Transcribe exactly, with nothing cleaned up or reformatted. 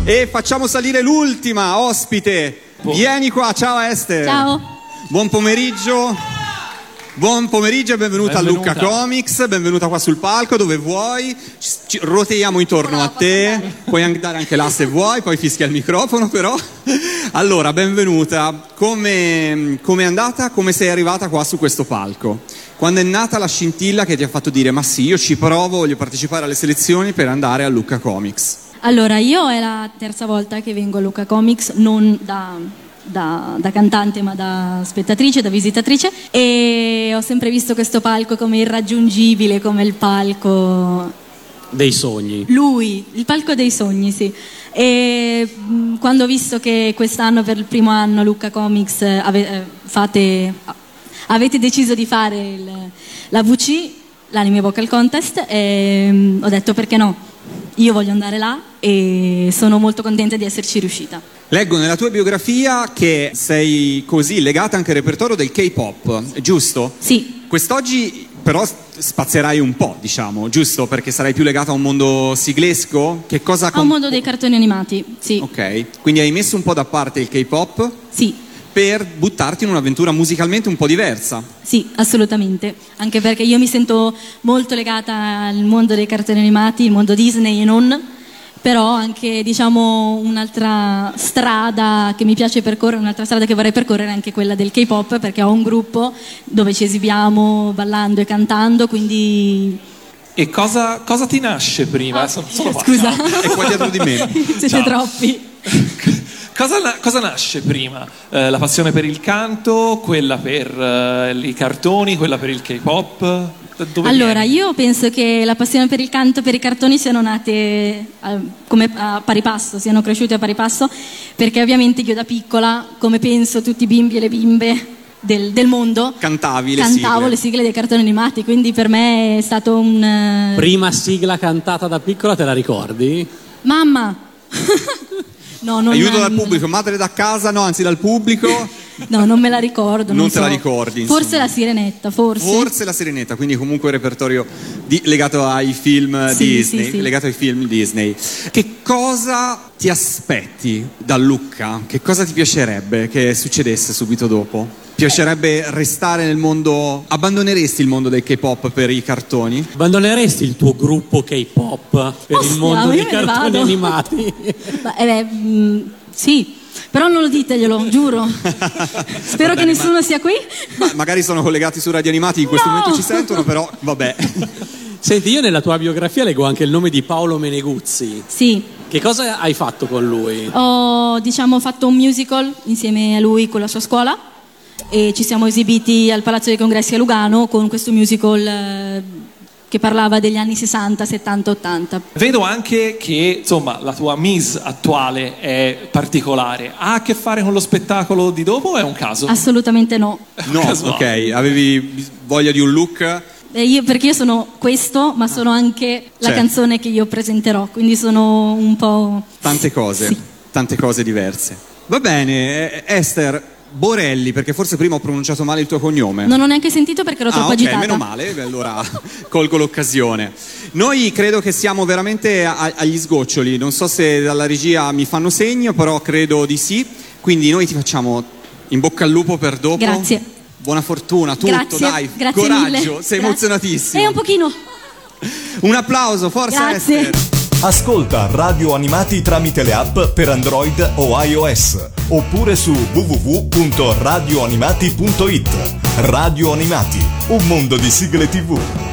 E facciamo salire l'ultima ospite. Vieni qua, ciao Esther. Ciao. Buon pomeriggio. Buon pomeriggio e benvenuta, benvenuta a Lucca Comics, benvenuta qua sul palco dove vuoi, ci roteiamo intorno a te, puoi andare anche là se vuoi, poi fischia il microfono però. Allora, benvenuta, come è andata, come sei arrivata qua su questo palco? Quando è nata la scintilla che ti ha fatto dire ma sì, io ci provo, voglio partecipare alle selezioni per andare a Lucca Comics? Allora, io è la terza volta che vengo a Lucca Comics, non da... Da, da cantante ma da spettatrice, da visitatrice, e ho sempre visto questo palco come irraggiungibile, come il palco dei sogni. Lui, il palco dei sogni, sì. E mh, quando ho visto che quest'anno per il primo anno Lucca Comics ave, fate, avete deciso di fare il, la V C, l'Anime Vocal Contest, e, mh, ho detto perché no? Io voglio andare là e sono molto contenta di esserci riuscita. Leggo nella tua biografia che sei così legata anche al repertorio del K-pop, giusto? Sì. Quest'oggi però spazierai un po', diciamo, giusto? Perché sarai più legata a un mondo siglesco? Che cosa a un mondo dei cartoni animati, sì. Ok, quindi hai messo un po' da parte il K-pop? Sì. Per buttarti in un'avventura musicalmente un po' diversa. Sì, assolutamente, anche perché io mi sento molto legata al mondo dei cartoni animati, il mondo Disney e non, però anche diciamo un'altra strada che mi piace percorrere, un'altra strada che vorrei percorrere è anche quella del K-pop, perché ho un gruppo dove ci esibiamo ballando e cantando, quindi... E cosa, cosa ti nasce prima? Ah, sono, sono scusa. È qua dietro di me. Siete Ciao. troppi. Cosa, cosa nasce prima? Eh, la passione per il canto, quella per eh, i cartoni, quella per il K-pop? Dove allora, vieni? io penso che la passione per il canto, per i cartoni siano nate eh, come a pari passo, siano cresciute a pari passo, perché ovviamente io da piccola, come penso tutti i bimbi e le bimbe del, del mondo, cantavi le cantavo sigle. le sigle dei cartoni animati, quindi per me è stato un... Prima sigla cantata da piccola, te la ricordi? Mamma! No, non, Aiuto dal pubblico, madre da casa, no, anzi dal pubblico. No, non me la ricordo. Non, Non so. te la ricordi, Forse insomma. la Sirenetta, forse. Forse la Sirenetta, quindi comunque il repertorio di, legato ai film Sì, Disney, sì, sì. legato ai film Disney. Che cosa ti aspetti da Lucca? Che cosa ti piacerebbe che succedesse subito dopo? Ti piacerebbe restare nel mondo? Abbandoneresti il mondo del K-pop per i cartoni? Abbandoneresti il tuo gruppo K-pop per Oh, il sì, mondo io dei me ne cartoni vado. animati? Ma, eh, beh, mh, sì, però non lo diteglielo, giuro. Spero Vabbè, che nessuno ma- sia qui. Ma magari sono collegati su Radio Animati, in questo No! momento ci sentono, però vabbè. Senti, io nella tua biografia leggo anche il nome di Paolo Meneguzzi. Sì, Che cosa hai fatto con lui? ho diciamo fatto un musical insieme a lui con la sua scuola e ci siamo esibiti al Palazzo dei Congressi a Lugano con questo musical eh, che parlava degli anni sessanta, settanta, ottanta. Vedo anche che insomma la tua Miss attuale è particolare. Ha a che fare con lo spettacolo di dopo o è un caso? Assolutamente no. No, Casuale. ok, avevi voglia di un look? Eh, io, perché io sono questo, ma sono anche la Certo. canzone che io presenterò, quindi sono un po'... Tante cose, Sì. tante cose diverse. Va bene, eh, Esther Borelli, perché forse prima ho pronunciato male il tuo cognome. Non ho neanche sentito perché ero Ah, troppo ok, agitata. meno male, beh, allora colgo l'occasione. Noi credo che siamo veramente a- agli sgoccioli, non so se dalla regia mi fanno segno, però credo di sì, quindi noi ti facciamo in bocca al lupo per dopo. Grazie. Buona fortuna, tutto, Grazie, dai, grazie coraggio, mille. sei Grazie. emozionatissimo. Eh, un pochino. Un applauso, forza Grazie. Esther. Ascolta Radio Animati tramite le app per Android o iOS oppure su w w w punto radio animati punto it. Radio Animati, un mondo di sigle tivù.